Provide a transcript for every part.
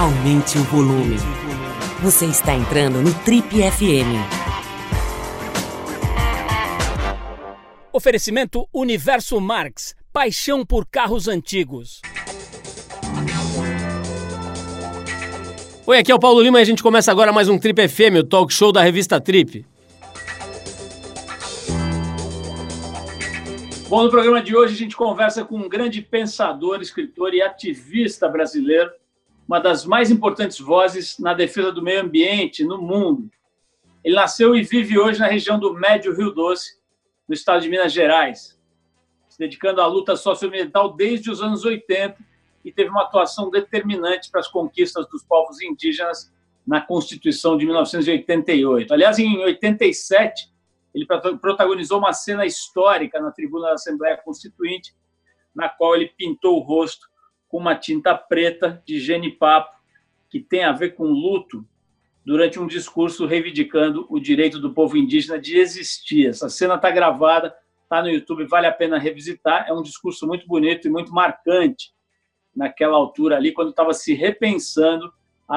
aumente o volume. Você está entrando no Trip FM. Oferecimento Universo Marx, paixão por carros antigos. Oi, aqui é o Paulo Lima e a gente começa agora mais um Trip FM, o talk show da revista Trip. Bom, no programa de hoje a gente conversa com um grande pensador, escritor e ativista brasileiro, uma das mais importantes vozes na defesa do meio ambiente no mundo. Ele nasceu e vive hoje na região do Médio Rio Doce, no estado de Minas Gerais, se dedicando à luta socioambiental desde os anos 80 e teve uma atuação determinante para as conquistas dos povos indígenas na Constituição de 1988. Aliás, em 87, ele protagonizou uma cena histórica na tribuna da Assembleia Constituinte, na qual ele pintou o rosto com uma tinta preta de genipapo, que tem a ver com luto, durante um discurso reivindicando o direito do povo indígena de existir. Essa cena está gravada, está no YouTube, vale a pena revisitar. É um discurso muito bonito e muito marcante naquela altura ali, quando estava se repensando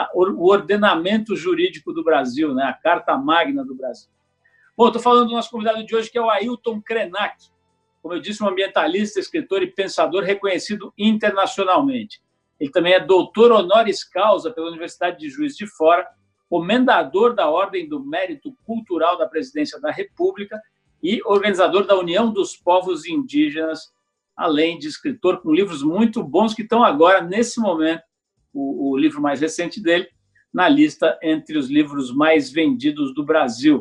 o ordenamento jurídico do Brasil, né? A Carta Magna do Brasil. Bom, estou falando do nosso convidado de hoje, que é o Ailton Krenak. Como eu disse, um ambientalista, escritor e pensador reconhecido internacionalmente. Ele também é doutor honoris causa pela Universidade de Juiz de Fora, comendador da Ordem do Mérito Cultural da Presidência da República e organizador da União dos Povos Indígenas, além de escritor com livros muito bons que estão agora, nesse momento, o livro mais recente dele, na lista entre os livros mais vendidos do Brasil.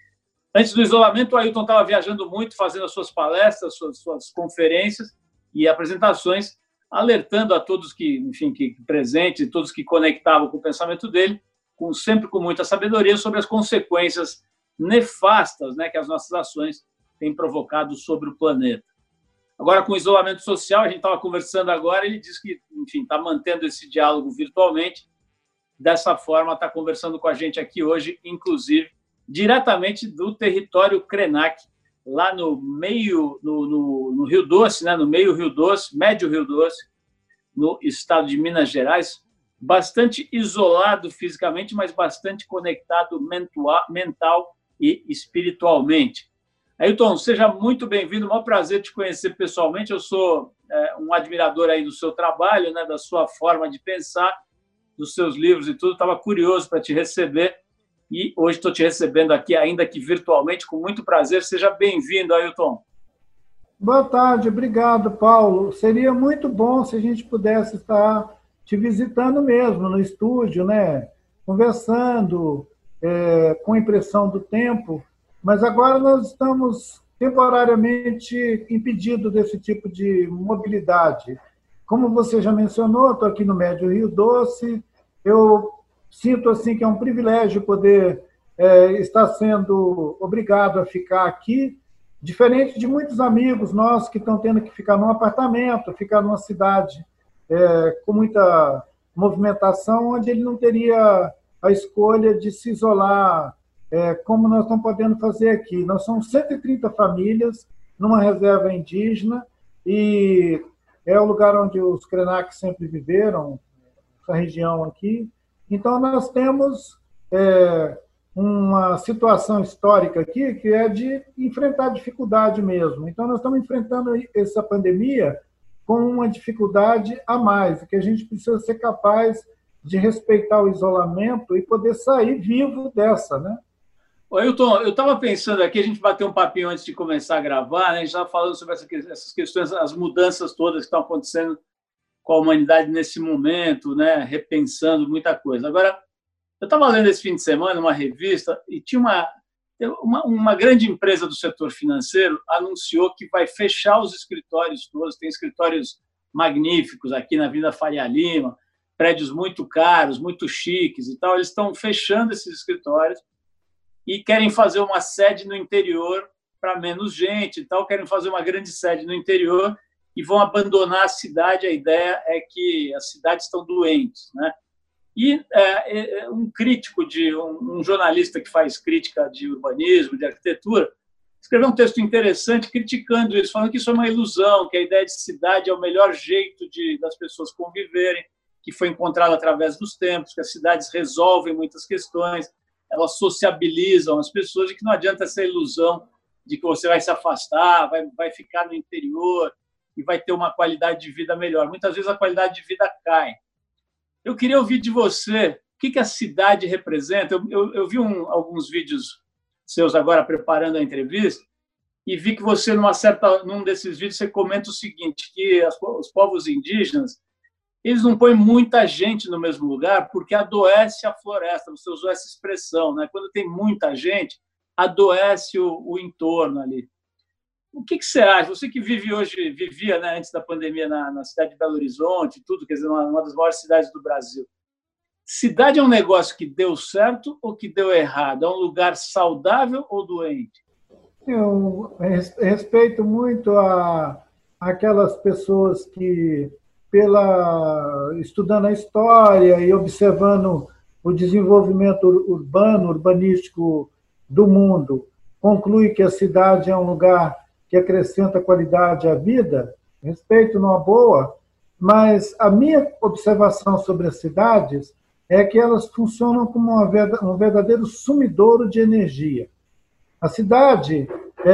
Antes do isolamento, o Ailton estava viajando muito, fazendo as suas palestras, suas conferências e apresentações, alertando a todos que presentes, todos que conectavam com o pensamento dele, sempre com muita sabedoria, sobre as consequências nefastas, né, que as nossas ações têm provocado sobre o planeta. Agora, com o isolamento social, a gente estava conversando agora, ele disse que, está mantendo esse diálogo virtualmente, dessa forma está conversando com a gente aqui hoje, inclusive, diretamente do território Krenak, lá no meio, no Rio Doce, né, no meio Rio Doce, Médio Rio Doce, no estado de Minas Gerais, bastante isolado fisicamente, mas bastante conectado mental e espiritualmente. Ailton, seja muito bem-vindo, é um prazer te conhecer pessoalmente. Eu sou um admirador aí do seu trabalho, né, da sua forma de pensar, dos seus livros e tudo. Estava curioso para te receber e hoje estou te recebendo aqui, ainda que virtualmente, com muito prazer. Seja bem-vindo, Ailton. Boa tarde, obrigado, Paulo. Seria muito bom se a gente pudesse estar te visitando mesmo no estúdio, né? Conversando, com impressão do tempo, mas agora nós estamos temporariamente impedidos desse tipo de mobilidade. Como você já mencionou, estou aqui no Médio Rio Doce, eu sinto assim que é um privilégio poder estar sendo obrigado a ficar aqui, diferente de muitos amigos nossos que estão tendo que ficar num apartamento, ficar numa cidade com muita movimentação, onde ele não teria a escolha de se isolar, como nós estamos podendo fazer aqui. Nós somos 130 famílias numa reserva indígena e é o lugar onde os Krenak sempre viveram, essa região aqui. Então, nós temos uma situação histórica aqui que é de enfrentar dificuldade mesmo. Então, nós estamos enfrentando essa pandemia com uma dificuldade a mais, que a gente precisa ser capaz de respeitar o isolamento e poder sair vivo dessa, né? Ailton, eu estava pensando aqui, a gente bateu um papinho antes de começar a gravar, né? A gente estava falando sobre essas questões, as mudanças todas que estão acontecendo com a humanidade nesse momento, né? Repensando muita coisa. Agora, eu estava lendo esse fim de semana uma revista e tinha uma grande empresa do setor financeiro anunciou que vai fechar os escritórios todos. Tem escritórios magníficos aqui na Avenida Faria Lima, prédios muito caros, muito chiques e tal. Eles estão fechando esses escritórios e querem fazer uma sede no interior para menos gente e tal. Querem fazer uma grande sede no interior e vão abandonar a cidade. A ideia é que as cidades estão doentes, né? E um crítico, um jornalista que faz crítica de urbanismo, de arquitetura, escreveu um texto interessante criticando isso, falando que isso é uma ilusão, que a ideia de cidade é o melhor jeito das pessoas conviverem, que foi encontrado através dos tempos, que as cidades resolvem muitas questões, elas sociabilizam as pessoas, e que não adianta essa ilusão de que você vai se afastar, vai ficar no interior e vai ter uma qualidade de vida melhor. Muitas vezes a qualidade de vida cai. Eu queria ouvir de você o que a cidade representa. Eu vi alguns vídeos seus agora preparando a entrevista e vi que você, num desses vídeos, você comenta o seguinte, que os povos indígenas, eles não põem muita gente no mesmo lugar porque adoece a floresta. Você usou essa expressão, né? Quando tem muita gente, adoece o entorno ali. O que você acha? Você que vivia, né, antes da pandemia na cidade de Belo Horizonte, tudo, quer dizer, uma das maiores cidades do Brasil. Cidade é um negócio que deu certo ou que deu errado? É um lugar saudável ou doente? Eu respeito muito aquelas pessoas que, estudando a história e observando o desenvolvimento urbanístico do mundo, conclui que a cidade é um lugar que acrescenta qualidade à vida. Respeito numa boa, mas a minha observação sobre as cidades é que elas funcionam como um verdadeiro sumidouro de energia. A cidade,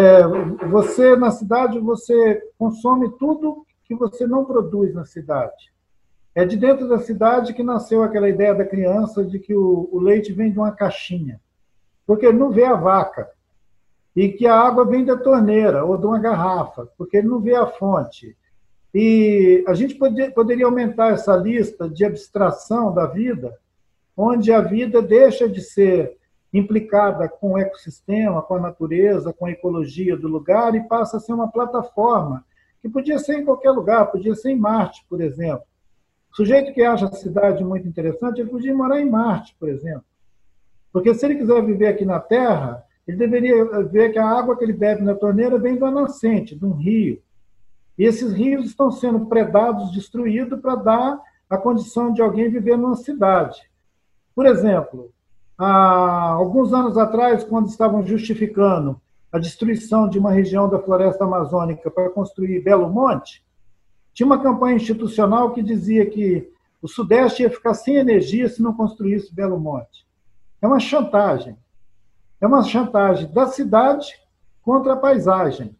na cidade você consome tudo que você não produz na cidade. É de dentro da cidade que nasceu aquela ideia da criança de que o leite vem de uma caixinha, porque ele não vê a vaca, e que a água vem da torneira ou de uma garrafa, porque ele não vê a fonte. E a gente poderia aumentar essa lista de abstração da vida, onde a vida deixa de ser implicada com o ecossistema, com a natureza, com a ecologia do lugar, e passa a ser uma plataforma, que podia ser em qualquer lugar, podia ser em Marte, por exemplo. O sujeito que acha a cidade muito interessante, ele podia morar em Marte, por exemplo. Porque se ele quiser viver aqui na Terra, ele deveria ver que a água que ele bebe na torneira vem da nascente, de um rio. E esses rios estão sendo predados, destruídos, para dar a condição de alguém viver numa cidade. Por exemplo, há alguns anos atrás, quando estavam justificando a destruição de uma região da floresta amazônica para construir Belo Monte, tinha uma campanha institucional que dizia que o Sudeste ia ficar sem energia se não construísse Belo Monte. É uma chantagem. É uma chantagem da cidade contra a paisagem.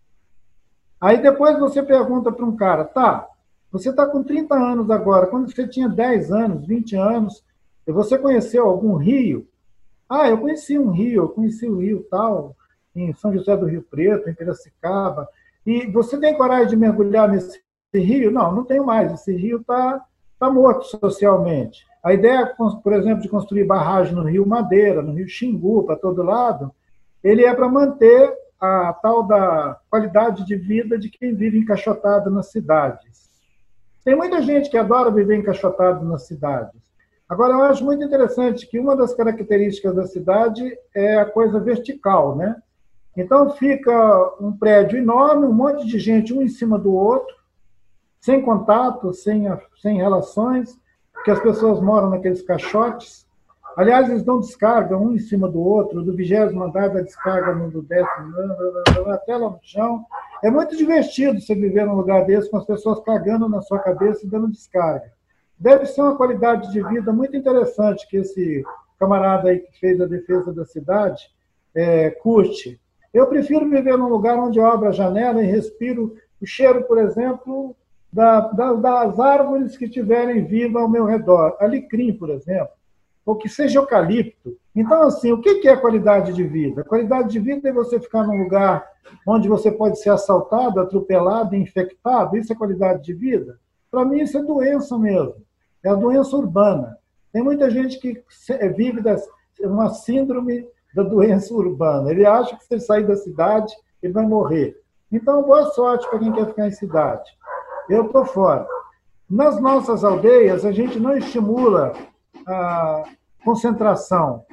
Aí depois você pergunta para um cara, você está com 30 anos agora, quando você tinha 10 anos, 20 anos, você conheceu algum rio? Eu conheci um rio, eu conheci o rio tal, em São José do Rio Preto, em Piracicaba. E você tem coragem de mergulhar nesse rio? Não, não tenho mais. Esse rio está morto socialmente. A ideia, por exemplo, de construir barragem no Rio Madeira, no Rio Xingu, para todo lado, ele é para manter a tal da qualidade de vida de quem vive encaixotado nas cidades. Tem muita gente que adora viver encaixotado nas cidades. Agora, eu acho muito interessante que uma das características da cidade é a coisa vertical, né? Então, fica um prédio enorme, um monte de gente, um em cima do outro, sem contato, sem relações, porque as pessoas moram naqueles caixotes. Aliás, eles dão descarga um em cima do outro, do 20º andar da descarga no do 10º, até lá no chão. É muito divertido você viver num lugar desse com as pessoas cagando na sua cabeça e dando descarga. Deve ser uma qualidade de vida muito interessante que esse camarada aí que fez a defesa da cidade curte. Eu prefiro viver num lugar onde eu abro a janela e respiro o cheiro, por exemplo, das árvores que estiverem vivas ao meu redor. Alecrim, por exemplo, ou que seja eucalipto. Então, assim, o que é qualidade de vida? A qualidade de vida é você ficar num lugar onde você pode ser assaltado, atropelado, infectado. Isso é qualidade de vida? Para mim, isso é doença mesmo. É a doença urbana. Tem muita gente que vive uma síndrome da doença urbana. Ele acha que se ele sair da cidade, ele vai morrer. Então, boa sorte para quem quer ficar em cidade. Eu estou fora. Nas nossas aldeias, a gente não estimula a concentração.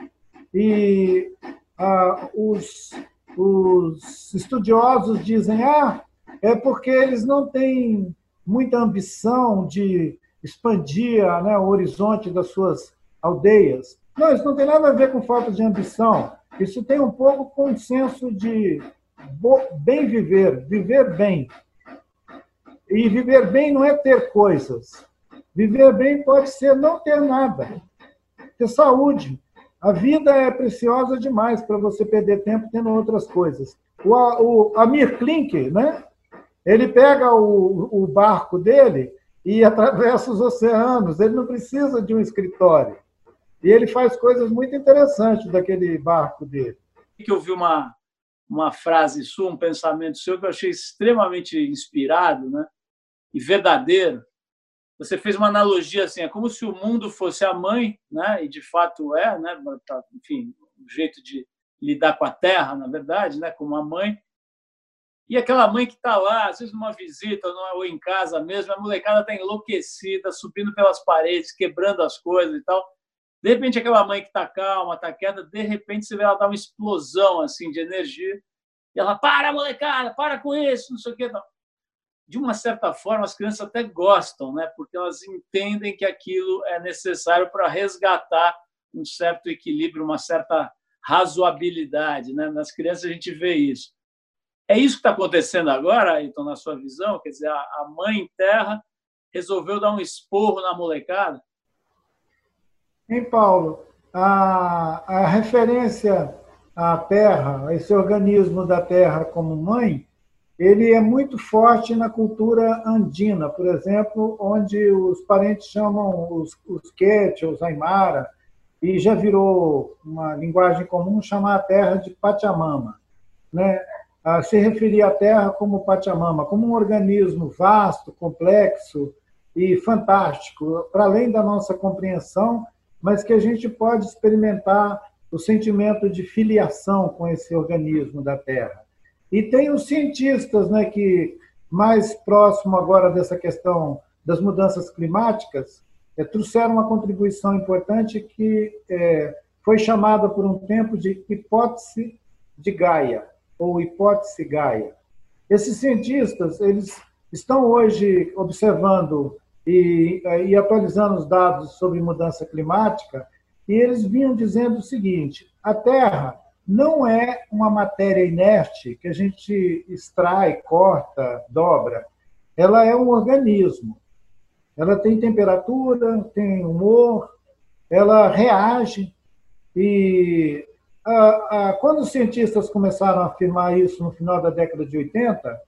E os estudiosos dizem, é porque eles não têm muita ambição de expandir, né, o horizonte das suas aldeias. Não, isso não tem nada a ver com falta de ambição. Isso tem um pouco com o senso de bem viver, viver bem. E viver bem não é ter coisas. Viver bem pode ser não ter nada, ter saúde. A vida é preciosa demais para você perder tempo tendo outras coisas. O Amir Klink, né? Ele pega o barco dele e atravessa os oceanos. Ele não precisa de um escritório. E ele faz coisas muito interessantes daquele barco dele. Eu vi uma frase sua, um pensamento seu que eu achei extremamente inspirado, né? E verdadeiro. Você fez uma analogia assim, é como se o mundo fosse a mãe, né? E de fato é, né? Enfim, um jeito de lidar com a terra, na verdade, né? Como a mãe. E aquela mãe que está lá, às vezes numa visita ou em casa mesmo, a molecada está enlouquecida, subindo pelas paredes, quebrando as coisas e tal. De repente, aquela mãe que está calma, está quieta, de repente você vê ela dar uma explosão assim, de energia. E ela, para, molecada, para com isso, não sei o quê. Não. De uma certa forma, as crianças até gostam, né? Porque elas entendem que aquilo é necessário para resgatar um certo equilíbrio, uma certa razoabilidade, né? Nas crianças a gente vê isso. É isso que está acontecendo agora, Ailton, na sua visão? Quer dizer, a mãe terra resolveu dar um esporro na molecada? Hein, Paulo? A referência à terra, a esse organismo da terra como mãe, ele é muito forte na cultura andina, por exemplo, onde os parentes chamam os Quechua, os Aymara, e já virou uma linguagem comum chamar a terra de Pachamama, né? Se referir à terra como Pachamama, como um organismo vasto, complexo e fantástico, para além da nossa compreensão, mas que a gente pode experimentar o sentimento de filiação com esse organismo da terra. E tem os cientistas, né, que, mais próximo agora dessa questão das mudanças climáticas, trouxeram uma contribuição importante que foi chamada por um tempo de hipótese de Gaia, ou hipótese Gaia. Esses cientistas, eles estão hoje observando e atualizando os dados sobre mudança climática, e eles vinham dizendo o seguinte: a Terra não é uma matéria inerte que a gente extrai, corta, dobra. Ela é um organismo. Ela tem temperatura, tem humor, ela reage. E quando os cientistas começaram a afirmar isso no final da década de 80,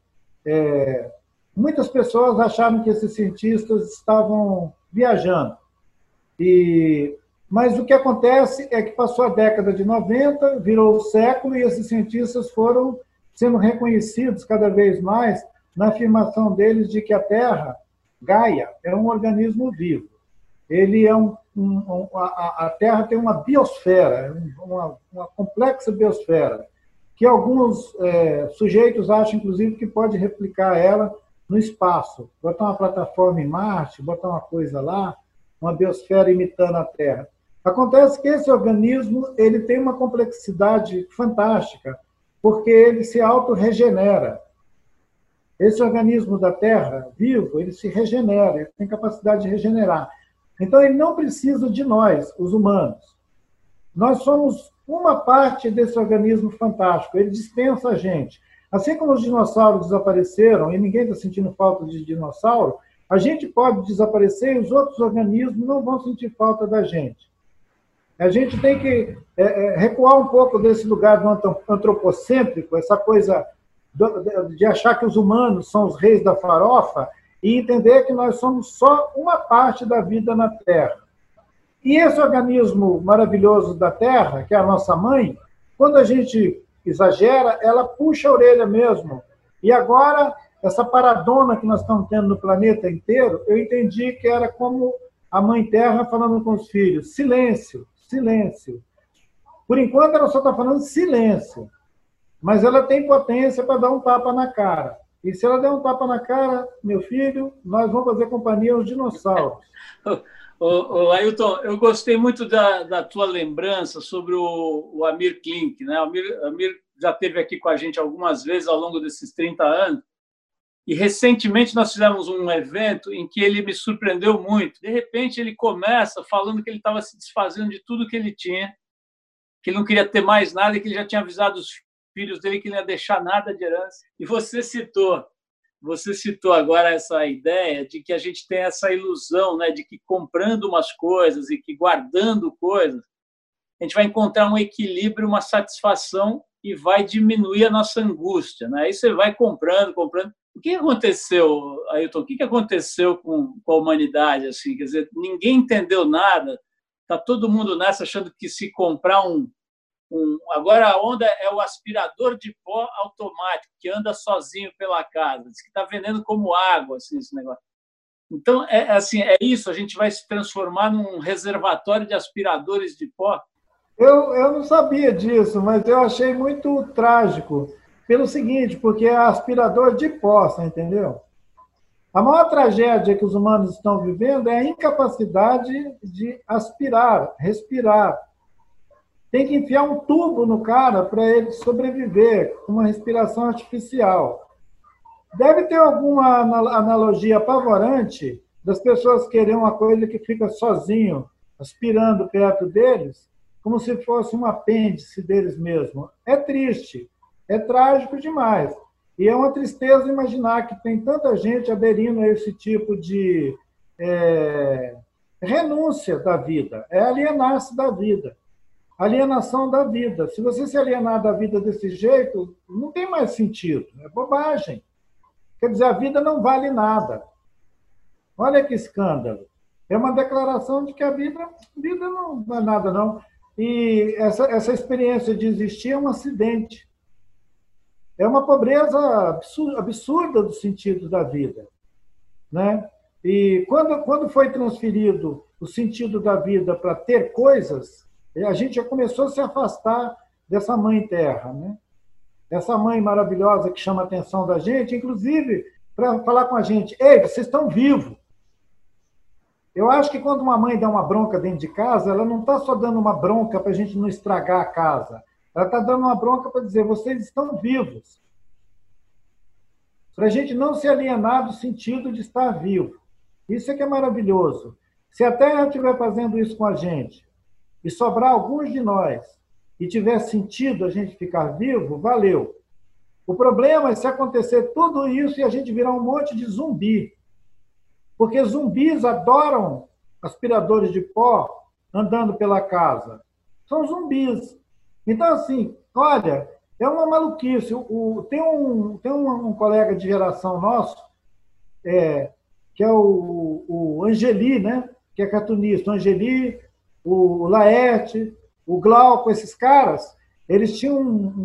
muitas pessoas acharam que esses cientistas estavam viajando. Mas o que acontece é que passou a década de 90, virou o século, e esses cientistas foram sendo reconhecidos cada vez mais na afirmação deles de que a Terra, Gaia, é um organismo vivo. Ele é a Terra tem uma biosfera, uma complexa biosfera, que alguns sujeitos acham, inclusive, que pode replicar ela no espaço. Botar uma plataforma em Marte, botar uma coisa lá, uma biosfera imitando a Terra. Acontece que esse organismo ele tem uma complexidade fantástica, porque ele se autorregenera. Esse organismo da Terra, vivo, ele se regenera, ele tem capacidade de regenerar. Então, ele não precisa de nós, os humanos. Nós somos uma parte desse organismo fantástico, ele dispensa a gente. Assim como os dinossauros desapareceram, e ninguém está sentindo falta de dinossauro, a gente pode desaparecer e os outros organismos não vão sentir falta da gente. A gente tem que recuar um pouco desse lugar do antropocêntrico, essa coisa de achar que os humanos são os reis da farofa, e entender que nós somos só uma parte da vida na Terra. E esse organismo maravilhoso da Terra, que é a nossa mãe, quando a gente exagera, ela puxa a orelha mesmo. E agora, essa paradona que nós estamos tendo no planeta inteiro, eu entendi que era como a Mãe Terra falando com os filhos: silêncio, silêncio. Por enquanto, ela só está falando silêncio, mas ela tem potência para dar um tapa na cara. E se ela der um tapa na cara, meu filho, nós vamos fazer companhia aos dinossauros. Ailton, eu gostei muito da tua lembrança sobre o Amir Klink, né? O Amir já esteve aqui com a gente algumas vezes ao longo desses 30 anos, e recentemente nós fizemos um evento em que ele me surpreendeu muito. De repente, ele começa falando que ele estava se desfazendo de tudo que ele tinha, que ele não queria ter mais nada, que ele já tinha avisado os filhos dele que ele não ia deixar nada de herança. E você citou você citou agora essa ideia de que a gente tem essa ilusão, né, de que comprando umas coisas e que guardando coisas, a gente vai encontrar um equilíbrio, uma satisfação e vai diminuir a nossa angústia, né? Aí você vai comprando. O que aconteceu, Ailton? O que aconteceu com a humanidade? Assim? Quer dizer, ninguém entendeu nada, está todo mundo nessa achando que se comprar Agora a onda é o aspirador de pó automático, que anda sozinho pela casa, diz que está vendendo como água assim, esse negócio. Então, é isso, a gente vai se transformar num reservatório de aspiradores de pó. Eu não sabia disso, mas eu achei muito trágico. Pelo seguinte, porque é aspirador de pó, você entendeu? A maior tragédia que os humanos estão vivendo é a incapacidade de aspirar, respirar. Tem que enfiar um tubo no cara para ele sobreviver com uma respiração artificial. Deve ter alguma analogia apavorante das pessoas quererem uma coisa que fica sozinho, aspirando perto deles, como se fosse um apêndice deles mesmos. É triste, é trágico demais. E é uma tristeza imaginar que tem tanta gente aderindo a esse tipo de renúncia da vida, é alienar-se da vida. Alienação da vida. Se você se alienar da vida desse jeito, não tem mais sentido. É bobagem. Quer dizer, a vida não vale nada. Olha que escândalo. É uma declaração de que a vida não vale nada, não. E essa experiência de existir é um acidente. É uma pobreza absurda do sentido da vida, né? E quando foi transferido o sentido da vida para ter coisas, a gente já começou a se afastar dessa mãe terra, né? Essa mãe maravilhosa que chama a atenção da gente, inclusive para falar com a gente: ei, vocês estão vivos. Eu acho que quando uma mãe dá uma bronca dentro de casa, ela não está só dando uma bronca para a gente não estragar a casa. Ela está dando uma bronca para dizer: vocês estão vivos. Para a gente não se alienar do sentido de estar vivo. Isso é que é maravilhoso. Se a Terra estiver fazendo isso com a gente, e sobrar alguns de nós, e tiver sentido a gente ficar vivo, valeu. O problema é se acontecer tudo isso e a gente virar um monte de zumbi. Porque zumbis adoram aspiradores de pó andando pela casa. São zumbis. Então, assim, olha, é uma maluquice. Tem um colega de geração nosso, que é o Angeli, né? Que é cartunista. O Angeli, o Laerte, o Glauco, esses caras, eles tinham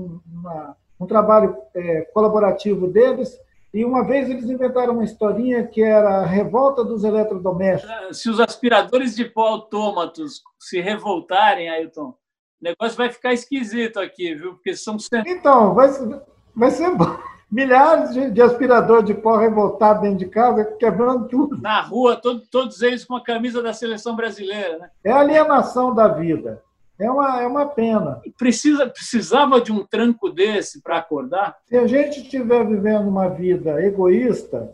um trabalho colaborativo deles, e uma vez eles inventaram uma historinha que era a revolta dos eletrodomésticos. Se os aspiradores de pó autômatos se revoltarem, Ailton, o negócio vai ficar esquisito aqui, viu? Porque são... Então, vai ser bom. Milhares de aspiradores de pó revoltados dentro de casa, quebrando tudo. Na rua, todos eles com a camisa da seleção brasileira, né? É a alienação da vida. É uma pena. Precisava de um tranco desse para acordar? Se a gente estiver vivendo uma vida egoísta,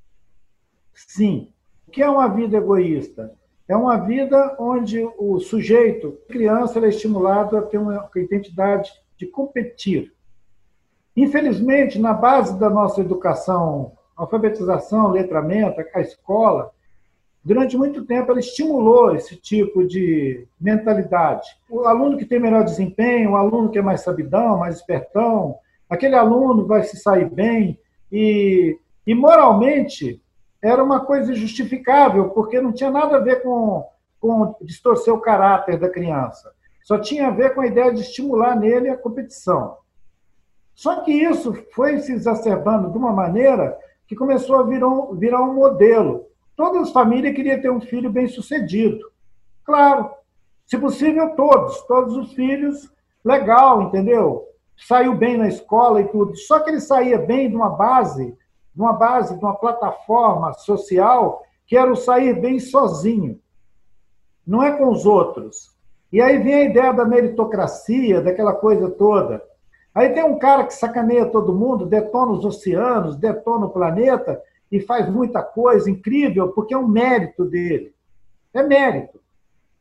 sim. O que é uma vida egoísta? É uma vida onde o sujeito, criança, ele é estimulado a ter uma identidade de competir. Infelizmente, na base da nossa educação, alfabetização, letramento, a escola, durante muito tempo ela estimulou esse tipo de mentalidade. O aluno que tem melhor desempenho, o aluno que é mais sabidão, mais espertão, aquele aluno vai se sair bem e moralmente era uma coisa justificável, porque não tinha nada a ver com distorcer o caráter da criança. Só tinha a ver com a ideia de estimular nele a competição. Só que isso foi se exacerbando de uma maneira que começou a virar um modelo. Todas as famílias queriam ter um filho bem-sucedido. Claro, se possível todos os filhos, legal, entendeu? Saiu bem na escola e tudo. Só que ele saía bem de uma base, de uma plataforma social, que era o sair bem sozinho. Não é com os outros. E aí vem a ideia da meritocracia, daquela coisa toda. Aí tem um cara que sacaneia todo mundo, detona os oceanos, detona o planeta e faz muita coisa incrível, porque é um mérito dele. É mérito.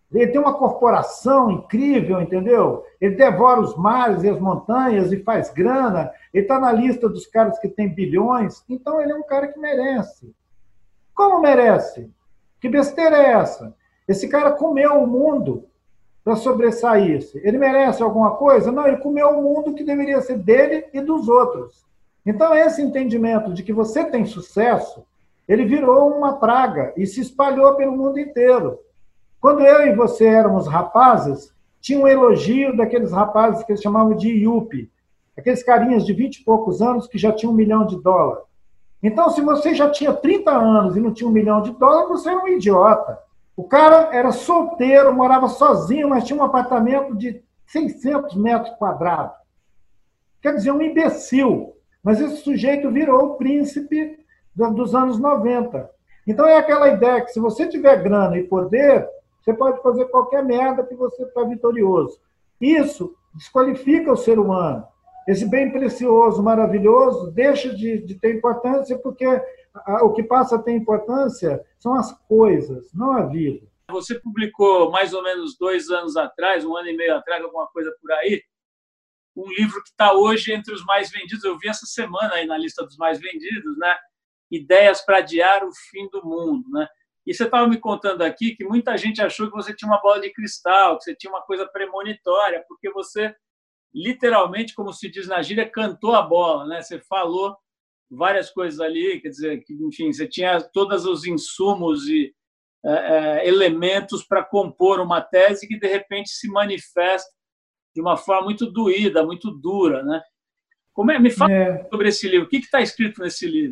Ele tem uma corporação incrível, entendeu? Ele devora os mares e as montanhas e faz grana. Ele está na lista dos caras que têm bilhões. Então, ele é um cara que merece. Como merece? Que besteira é essa? Esse cara comeu o mundo para sobressair-se. Ele merece alguma coisa? Não, ele comeu o mundo que deveria ser dele e dos outros. Então, esse entendimento de que você tem sucesso, ele virou uma praga e se espalhou pelo mundo inteiro. Quando eu e você éramos rapazes, tinha um elogio daqueles rapazes que eles chamavam de IUP, aqueles carinhas de 20 e poucos anos que já tinham $1 milhão. Então, se você já tinha 30 anos e não tinha $1 milhão, você era um idiota. O cara era solteiro, morava sozinho, mas tinha um apartamento de 600 metros quadrados. Quer dizer, um imbecil. Mas esse sujeito virou o príncipe dos anos 90. Então, é aquela ideia que se você tiver grana e poder, você pode fazer qualquer merda que você está vitorioso. Isso desqualifica o ser humano. Esse bem precioso, maravilhoso, deixa de ter importância porque o que passa a ter importância são as coisas, não a vida. Você publicou mais ou menos 2 anos atrás, 1 ano e meio atrás, alguma coisa por aí, um livro que está hoje entre os mais vendidos. Eu vi essa semana aí na lista dos mais vendidos, né? Ideias para adiar o fim do mundo, né? E você estava me contando aqui que muita gente achou que você tinha uma bola de cristal, que você tinha uma coisa premonitória, porque você, literalmente, como se diz na gíria, cantou a bola, né? Você falou várias coisas ali, quer dizer, que, enfim, você tinha todos os insumos e elementos para compor uma tese que, de repente, se manifesta de uma forma muito doída, muito dura, né? Me fala sobre esse livro. O que está escrito nesse livro?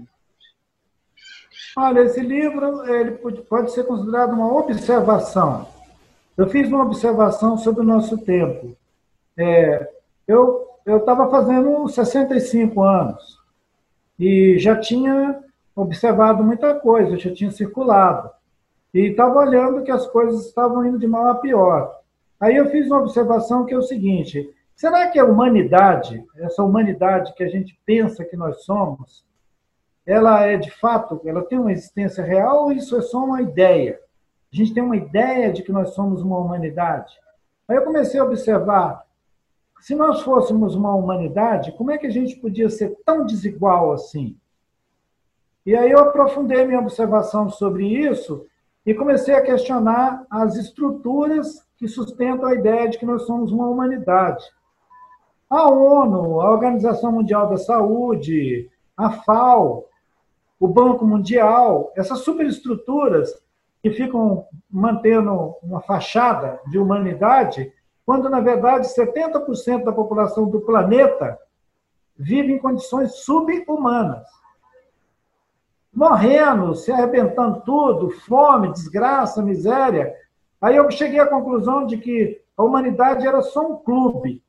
Olha, esse livro ele pode ser considerado uma observação. Eu fiz uma observação sobre o nosso tempo. Eu estava fazendo 65 anos e já tinha observado muita coisa, já tinha circulado. E estava olhando que as coisas estavam indo de mal a pior. Aí eu fiz uma observação que é o seguinte: será que a humanidade, essa humanidade que a gente pensa que nós somos, ela é de fato, ela tem uma existência real ou isso é só uma ideia? A gente tem uma ideia de que nós somos uma humanidade? Aí eu comecei a observar, se nós fôssemos uma humanidade, como é que a gente podia ser tão desigual assim? E aí eu aprofundei minha observação sobre isso e comecei a questionar as estruturas que sustentam a ideia de que nós somos uma humanidade. A ONU, a Organização Mundial da Saúde, a FAO, o Banco Mundial, essas superestruturas que ficam mantendo uma fachada de humanidade, quando, na verdade, 70% da população do planeta vive em condições subhumanas. Morrendo, se arrebentando tudo, fome, desgraça, miséria. Aí eu cheguei à conclusão de que a humanidade era só um clube.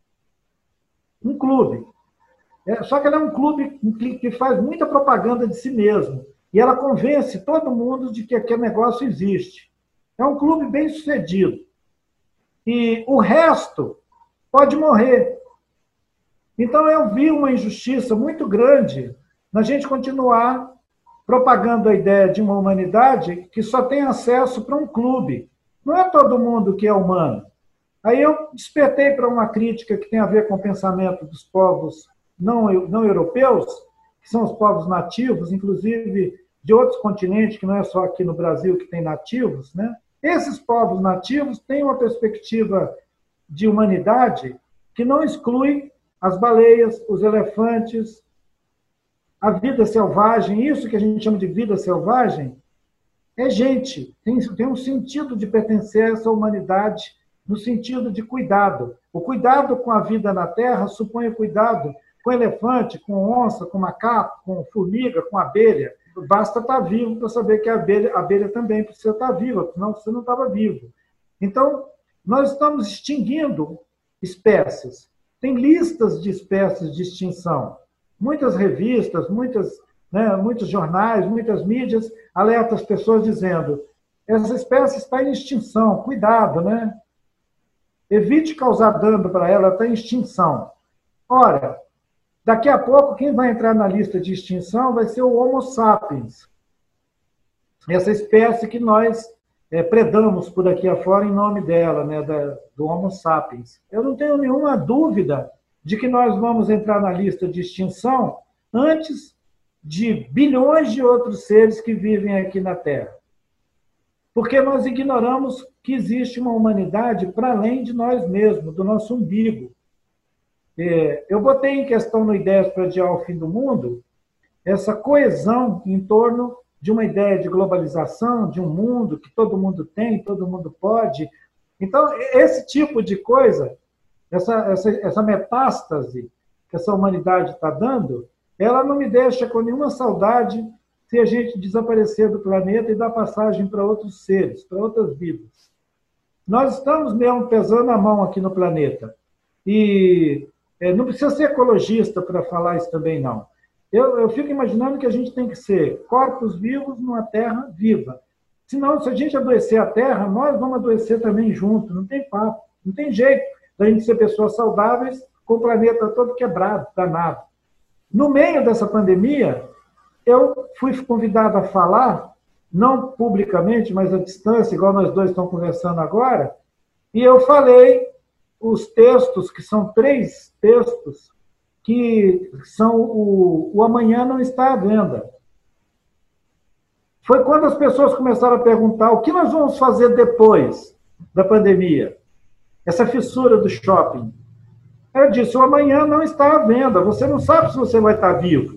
Um clube. Só que ela é um clube que faz muita propaganda de si mesmo. E ela convence todo mundo de que aquele negócio existe. É um clube bem sucedido. E o resto pode morrer. Então eu vi uma injustiça muito grande na gente continuar propagando a ideia de uma humanidade que só tem acesso para um clube. Não é todo mundo que é humano. Aí eu despertei para uma crítica que tem a ver com o pensamento dos povos não europeus, que são os povos nativos, inclusive de outros continentes, que não é só aqui no Brasil que tem nativos, né? Esses povos nativos têm uma perspectiva de humanidade que não exclui as baleias, os elefantes, a vida selvagem. Isso que a gente chama de vida selvagem é gente, tem um sentido de pertencer a essa humanidade, no sentido de cuidado. O cuidado com a vida na Terra supõe o cuidado com elefante, com onça, com macaco, com formiga, com abelha. Basta estar vivo para saber que a abelha também precisa estar viva, senão você não estava vivo. Então, nós estamos extinguindo espécies. Tem listas de espécies de extinção. Muitas revistas, muitos jornais, muitas mídias alertam as pessoas dizendo: essa espécie está em extinção, cuidado, né? Evite causar dano para ela, está em extinção. Ora, daqui a pouco, quem vai entrar na lista de extinção vai ser o Homo sapiens. Essa espécie que nós predamos por aqui afora em nome dela, né, do Homo sapiens. Eu não tenho nenhuma dúvida de que nós vamos entrar na lista de extinção antes de bilhões de outros seres que vivem aqui na Terra. Porque nós ignoramos que existe uma humanidade para além de nós mesmos, do nosso umbigo. Eu botei em questão no Ideias para Adiar o Fim do Mundo essa coesão em torno de uma ideia de globalização, de um mundo que todo mundo tem, todo mundo pode. Então, esse tipo de coisa, essa metástase que essa humanidade está dando, ela não me deixa com nenhuma saudade se a gente desaparecer do planeta e dar passagem para outros seres, para outras vidas. Nós estamos mesmo pesando a mão aqui no planeta. E não precisa ser ecologista para falar isso também, não. Eu fico imaginando que a gente tem que ser corpos vivos numa terra viva. Senão, se a gente adoecer a terra, nós vamos adoecer também junto. Não tem papo, não tem jeito da gente ser pessoas saudáveis com o planeta todo quebrado, danado. No meio dessa pandemia, eu fui convidado a falar, não publicamente, mas à distância, igual nós dois estamos conversando agora, e eu falei os textos, que são 3 textos, que são o Amanhã Não Está à Venda. Foi quando as pessoas começaram a perguntar o que nós vamos fazer depois da pandemia, essa fissura do shopping. Eu disse, o amanhã não está à venda, você não sabe se você vai estar vivo.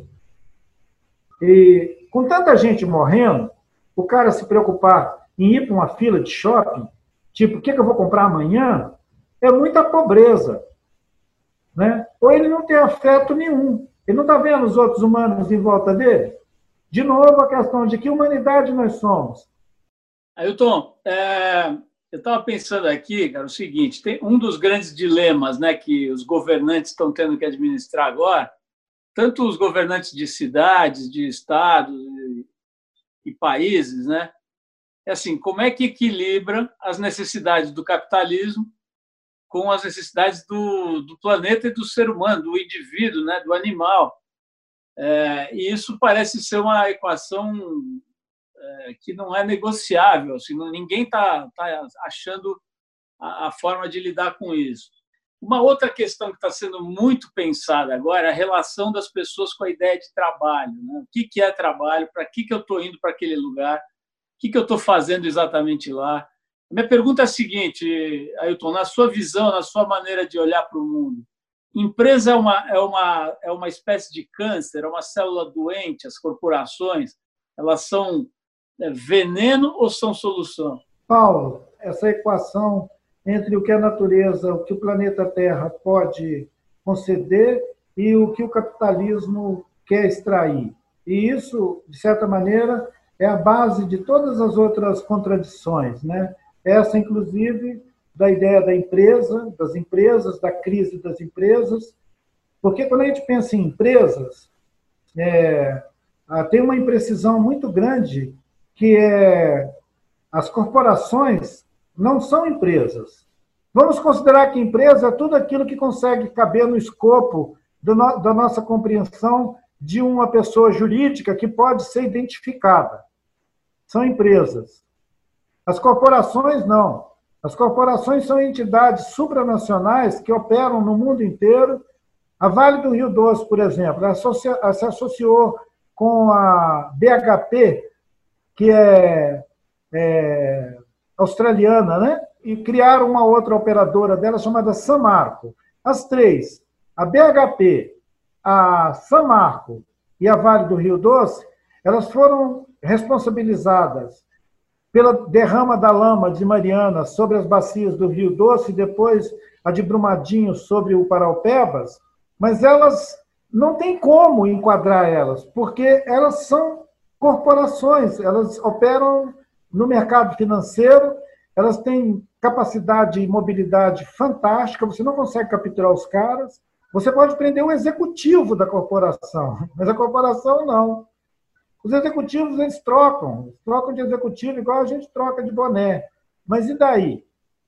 E com tanta gente morrendo, o cara se preocupar em ir para uma fila de shopping, tipo, o que eu vou comprar amanhã, é muita pobreza. Né? Ou ele não tem afeto nenhum. Ele não está vendo os outros humanos em volta dele? De novo, a questão de que humanidade nós somos. Ailton, eu estava pensando aqui, cara, o seguinte, tem um dos grandes dilemas, né, que os governantes estão tendo que administrar agora, tanto os governantes de cidades, de estados e países, né, é assim, como é que equilibra as necessidades do capitalismo com as necessidades do planeta e do ser humano, do indivíduo, né, do animal. E isso parece ser uma equação que não é negociável. Assim, ninguém está achando a forma de lidar com isso. Uma outra questão que está sendo muito pensada agora é a relação das pessoas com a ideia de trabalho. Né? O que é trabalho? Para que eu estou indo para aquele lugar? O que eu estou fazendo exatamente lá? A minha pergunta é a seguinte, Ailton, na sua visão, na sua maneira de olhar para o mundo, empresa é uma espécie de câncer, é uma célula doente, as corporações, elas são veneno ou são solução? Paulo, essa equação entre o que a natureza, o que o planeta Terra pode conceder e o que o capitalismo quer extrair. E isso, de certa maneira, é a base de todas as outras contradições, né? Essa, inclusive, da ideia da empresa, das empresas, da crise das empresas, porque quando a gente pensa em empresas, tem uma imprecisão muito grande que as corporações não são empresas. Vamos considerar que empresa é tudo aquilo que consegue caber no escopo da nossa compreensão de uma pessoa jurídica que pode ser identificada. São empresas. As corporações, não. As corporações são entidades supranacionais que operam no mundo inteiro. A Vale do Rio Doce, por exemplo, se associou com a BHP, que é australiana, né? E criaram uma outra operadora dela chamada Samarco. As 3, a BHP, a Samarco e a Vale do Rio Doce, elas foram responsabilizadas pela derrama da lama de Mariana sobre as bacias do Rio Doce e depois a de Brumadinho sobre o Paraupebas, mas elas não tem como enquadrar elas, porque elas são corporações, elas operam no mercado financeiro, elas têm capacidade e mobilidade fantástica, você não consegue capturar os caras, você pode prender o executivo da corporação, mas a corporação não. Os executivos, eles trocam de executivo igual a gente troca de boné. Mas e daí?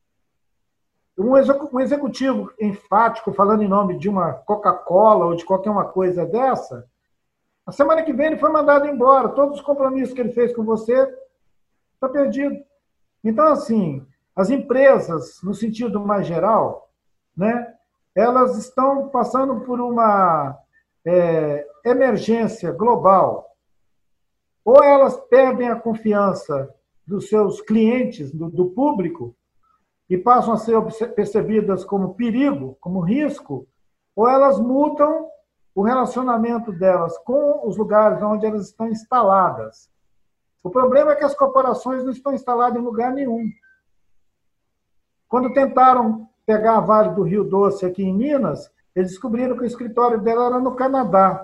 Um executivo enfático, falando em nome de uma Coca-Cola ou de qualquer uma coisa dessa, a semana que vem ele foi mandado embora. Todos os compromissos que ele fez com você está perdido. Então, assim, as empresas, no sentido mais geral, né, elas estão passando por uma emergência global. Ou elas perdem a confiança dos seus clientes, do público, e passam a ser percebidas como perigo, como risco, ou elas mudam o relacionamento delas com os lugares onde elas estão instaladas. O problema é que as corporações não estão instaladas em lugar nenhum. Quando tentaram pegar a Vale do Rio Doce aqui em Minas, eles descobriram que o escritório dela era no Canadá.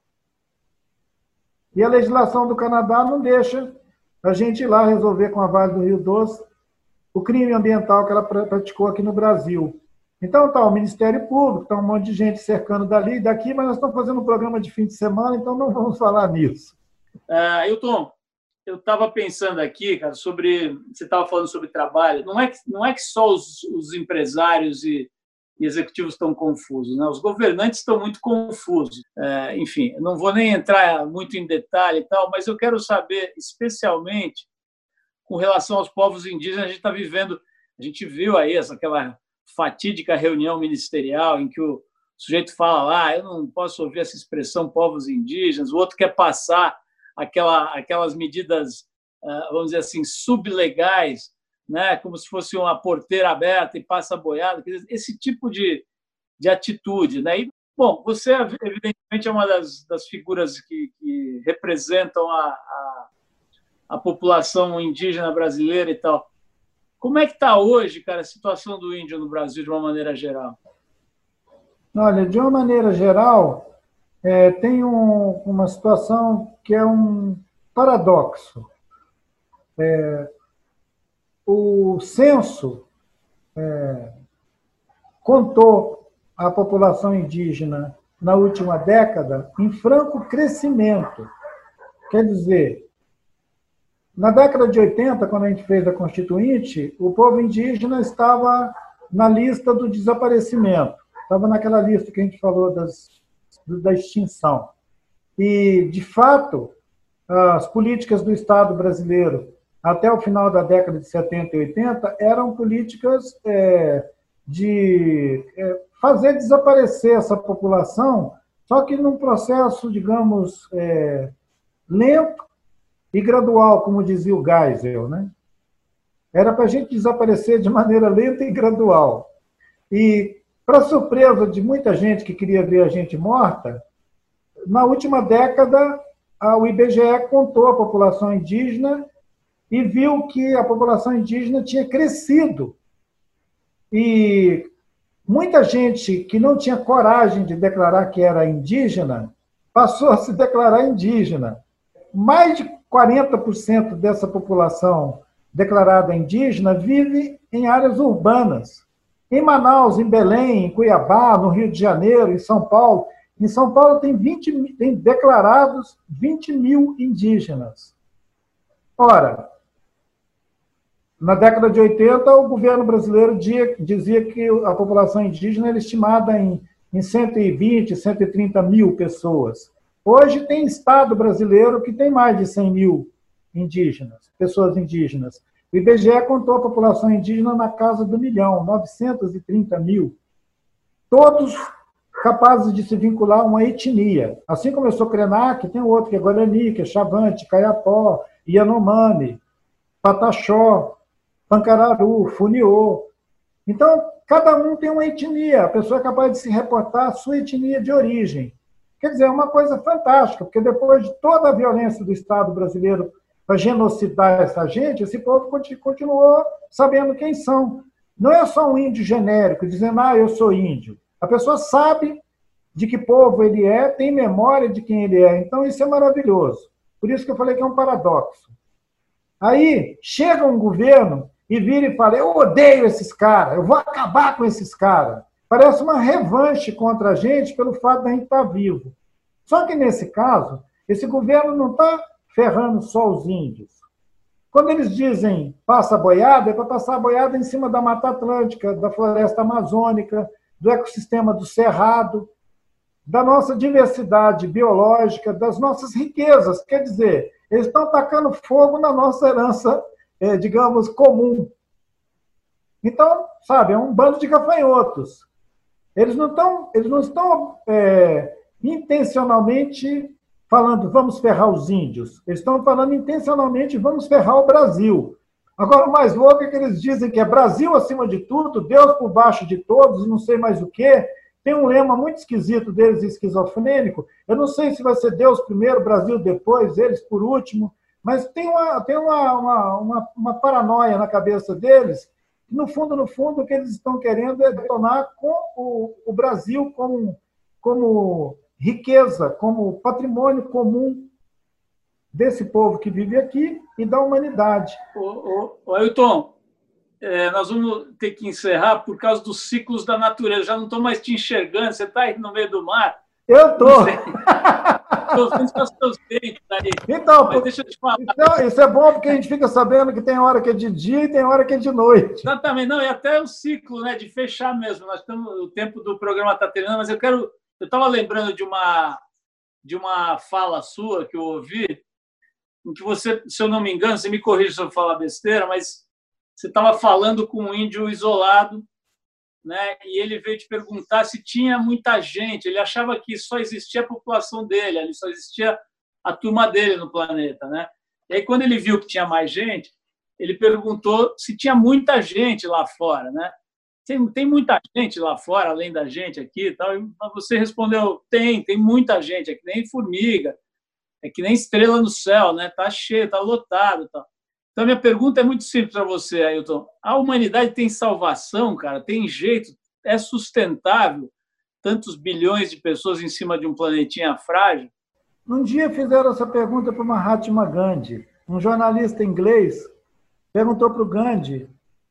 E a legislação do Canadá não deixa a gente ir lá resolver com a Vale do Rio Doce o crime ambiental que ela praticou aqui no Brasil. Então está o Ministério Público, está um monte de gente cercando dali e daqui, mas nós estamos fazendo um programa de fim de semana, então não vamos falar nisso. Hilton, eu estava pensando aqui, cara, você estava falando sobre trabalho. Não é que só os empresários e executivos estão confusos, né? Os governantes estão muito confusos. Enfim, não vou nem entrar muito em detalhe e tal, mas eu quero saber, especialmente com relação aos povos indígenas, a gente viu aí aquela fatídica reunião ministerial em que o sujeito fala lá, eu não posso ouvir essa expressão povos indígenas, o outro quer passar aquelas medidas, vamos dizer assim, sublegais, né, como se fosse uma porteira aberta e passa a boiada, esse tipo de atitude. Né? E, bom, você, evidentemente, é uma das figuras que representam a população indígena brasileira e tal. Como é que está hoje, cara, a situação do índio no Brasil, de uma maneira geral? Olha, de uma maneira geral, tem uma situação que é um paradoxo. O censo contou a população indígena na última década em franco crescimento. Quer dizer, na década de 80, quando a gente fez a Constituinte, o povo indígena estava na lista do desaparecimento, estava naquela lista que a gente falou da extinção. E, de fato, as políticas do Estado brasileiro, até o final da década de 70 e 80, eram políticas de fazer desaparecer essa população, só que num processo, digamos, lento e gradual, como dizia o Geisel, né? Era para a gente desaparecer de maneira lenta e gradual. E, para surpresa de muita gente que queria ver a gente morta, na última década, o IBGE contou a população indígena e viu que a população indígena tinha crescido. E muita gente que não tinha coragem de declarar que era indígena passou a se declarar indígena. Mais de 40% dessa população declarada indígena vive em áreas urbanas. Em Manaus, em Belém, em Cuiabá, no Rio de Janeiro, em São Paulo. Em São Paulo tem declarados 20 mil indígenas. Ora, na década de 80, o governo brasileiro dizia que a população indígena era estimada em 120, 130 mil pessoas. Hoje tem estado brasileiro que tem mais de 100 mil indígenas, pessoas indígenas. O IBGE contou a população indígena na casa do 1 milhão, 930 mil. Todos capazes de se vincular a uma etnia. Assim como eu sou Krenak, tem outro que é Guarani, que é Xavante, Caiapó, Yanomami, Pataxó, Pancararu, Funiô. Então, cada um tem uma etnia. A pessoa é capaz de se reportar a sua etnia de origem. Quer dizer, é uma coisa fantástica, porque depois de toda a violência do Estado brasileiro para genocidar essa gente, esse povo continuou sabendo quem são. Não é só um índio genérico, dizendo, eu sou índio. A pessoa sabe de que povo ele é, tem memória de quem ele é. Então, isso é maravilhoso. Por isso que eu falei que é um paradoxo. Aí, chega um governo e vira e fala, eu odeio esses caras, eu vou acabar com esses caras. Parece uma revanche contra a gente pelo fato de a gente estar vivo. Só que, nesse caso, esse governo não está ferrando só os índios. Quando eles dizem passa a boiada, é para passar a boiada em cima da Mata Atlântica, da floresta amazônica, do ecossistema do Cerrado, da nossa diversidade biológica, das nossas riquezas. Quer dizer, eles estão tacando fogo na nossa herança digamos, comum. Então, sabe, é um bando de gafanhotos. Eles não estão intencionalmente falando vamos ferrar os índios. Eles estão falando intencionalmente vamos ferrar o Brasil. Agora, o mais louco é que eles dizem que é Brasil acima de tudo, Deus por baixo de todos, não sei mais o quê. Tem um lema muito esquisito deles, esquizofrênico. Eu não sei se vai ser Deus primeiro, Brasil depois, eles por último, mas tem uma paranoia na cabeça deles. No fundo, o que eles estão querendo é detonar com o Brasil como riqueza, como patrimônio comum desse povo que vive aqui e da humanidade. Ailton, nós vamos ter que encerrar por causa dos ciclos da natureza. Já não estou mais te enxergando, você está aí no meio do mar. Eu estou. Estou vendo só seus dentes aí. Então, mas deixa eu te falar. Então, isso é bom porque a gente fica sabendo que tem hora que é de dia e tem hora que é de noite. Exatamente, não, e até o ciclo, né, de fechar mesmo. Nós estamos, o tempo do programa está terminando, mas eu estava lembrando de uma fala sua que eu ouvi, em que você, se eu não me engano, você me corrige se eu falar besteira, mas você estava falando com um índio isolado, né? E ele veio te perguntar se tinha muita gente. Ele achava que só existia a população dele, ali só existia a turma dele no planeta, né? E aí, quando ele viu que tinha mais gente, ele perguntou se tinha muita gente lá fora, né? Tem muita gente lá fora, além da gente aqui e tal. E você respondeu, tem muita gente, é que nem formiga, é que nem estrela no céu, né? Tá cheio, tá lotado, tal. Então, minha pergunta é muito simples para você, Ailton. A humanidade tem salvação, cara? Tem jeito? É sustentável? Tantos bilhões de pessoas em cima de um planetinha frágil? Um dia fizeram essa pergunta para o Mahatma Gandhi. Um jornalista inglês perguntou para o Gandhi,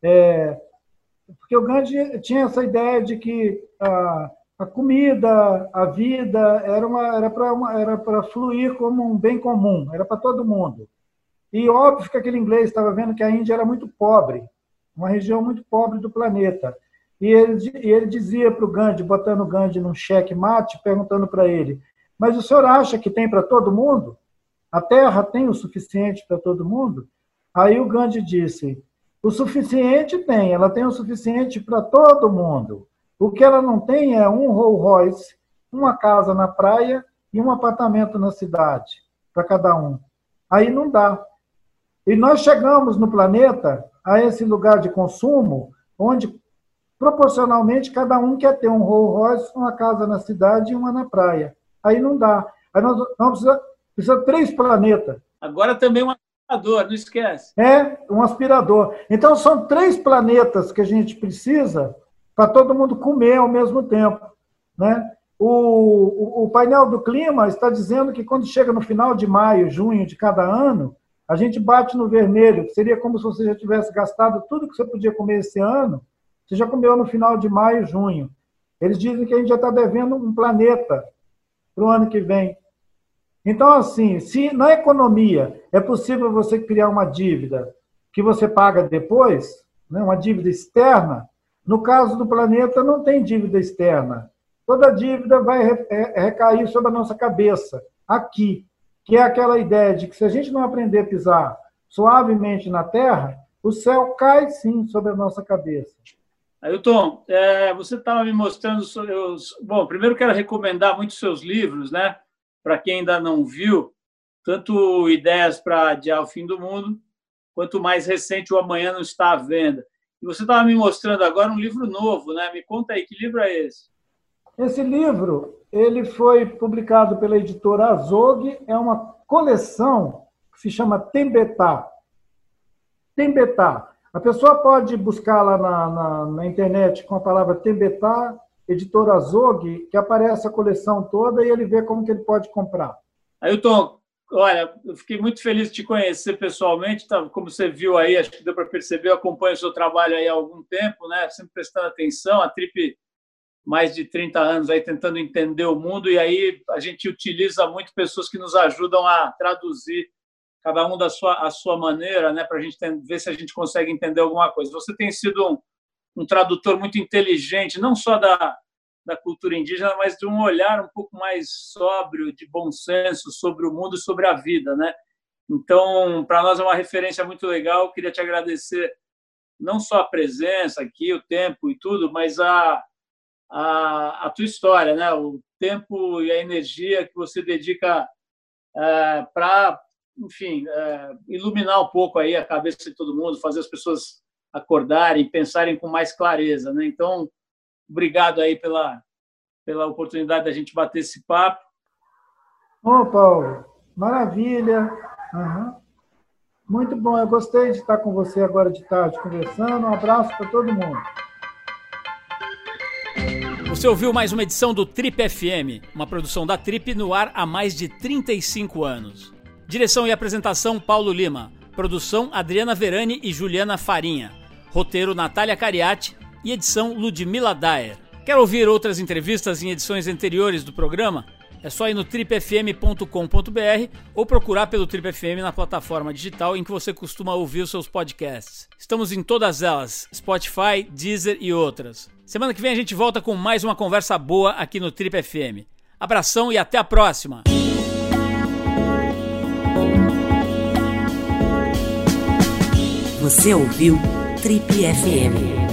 porque o Gandhi tinha essa ideia de que a comida, a vida, era para fluir como um bem comum, era para todo mundo. E óbvio que aquele inglês estava vendo que a Índia era muito pobre, uma região muito pobre do planeta. E ele dizia para o Gandhi, botando o Gandhi num cheque-mate, perguntando para ele, mas o senhor acha que tem para todo mundo? A Terra tem o suficiente para todo mundo? Aí o Gandhi disse, o suficiente tem, ela tem o suficiente para todo mundo. O que ela não tem é um Rolls Royce, uma casa na praia e um apartamento na cidade, para cada um. Aí não dá. E nós chegamos no planeta a esse lugar de consumo, onde proporcionalmente cada um quer ter um Rolls Royce, uma casa na cidade e uma na praia. Aí não dá. Aí nós precisamos 3 planetas. Agora também um aspirador, não esquece. Um aspirador. Então são 3 planetas que a gente precisa para todo mundo comer ao mesmo tempo, né? O painel do clima está dizendo que quando chega no final de maio, junho de cada ano, a gente bate no vermelho, que seria como se você já tivesse gastado tudo que você podia comer esse ano, você já comeu no final de maio, junho. Eles dizem que a gente já está devendo um planeta para o ano que vem. Então, assim, se na economia é possível você criar uma dívida que você paga depois, né, uma dívida externa, no caso do planeta não tem dívida externa. Toda dívida vai recair sobre a nossa cabeça, aqui, que é aquela ideia de que se a gente não aprender a pisar suavemente na terra, o céu cai sim sobre a nossa cabeça. Ailton, você estava me mostrando... Bom, primeiro quero recomendar muito os seus livros, né? Para quem ainda não viu, tanto Ideias para Adiar o Fim do Mundo, quanto mais recente, O Amanhã Não Está à Venda. E você estava me mostrando agora um livro novo, né? Me conta aí, que livro é esse? Esse livro ele foi publicado pela editora Azog, é uma coleção que se chama Tembetá. Tembetá. A pessoa pode buscar lá na internet com a palavra Tembetá, editora Azog, que aparece a coleção toda e ele vê como que ele pode comprar. Ailton, olha, eu fiquei muito feliz de te conhecer pessoalmente, como você viu aí, acho que deu para perceber, eu acompanho o seu trabalho aí há algum tempo, né? Sempre prestando atenção, a Trip mais de 30 anos aí tentando entender o mundo, e aí a gente utiliza muito pessoas que nos ajudam a traduzir, cada um a sua maneira, né, para a gente ver se a gente consegue entender alguma coisa. Você tem sido um tradutor muito inteligente, não só da cultura indígena, mas de um olhar um pouco mais sóbrio, de bom senso sobre o mundo e sobre a vida, né? Então, para nós é uma referência muito legal. Queria te agradecer não só a presença aqui, o tempo e tudo, mas a tua história, né? O tempo e a energia que você dedica para, enfim, iluminar um pouco aí a cabeça de todo mundo, fazer as pessoas acordarem, pensarem com mais clareza, né? Então, obrigado aí pela oportunidade da gente bater esse papo. Ô, Paulo, maravilha. Uhum. Muito bom, eu gostei de estar com você agora de tarde conversando. Um abraço para todo mundo. Você ouviu mais uma edição do Trip FM, uma produção da Trip no ar há mais de 35 anos. Direção e apresentação Paulo Lima, produção Adriana Verani e Juliana Farinha, roteiro Natália Cariati e edição Ludmila Daer. Quer ouvir outras entrevistas em edições anteriores do programa? É só ir no tripfm.com.br ou procurar pelo Trip FM na plataforma digital em que você costuma ouvir os seus podcasts. Estamos em todas elas, Spotify, Deezer e outras. Semana que vem a gente volta com mais uma conversa boa aqui no Trip FM. Abração e até a próxima! Você ouviu Trip FM.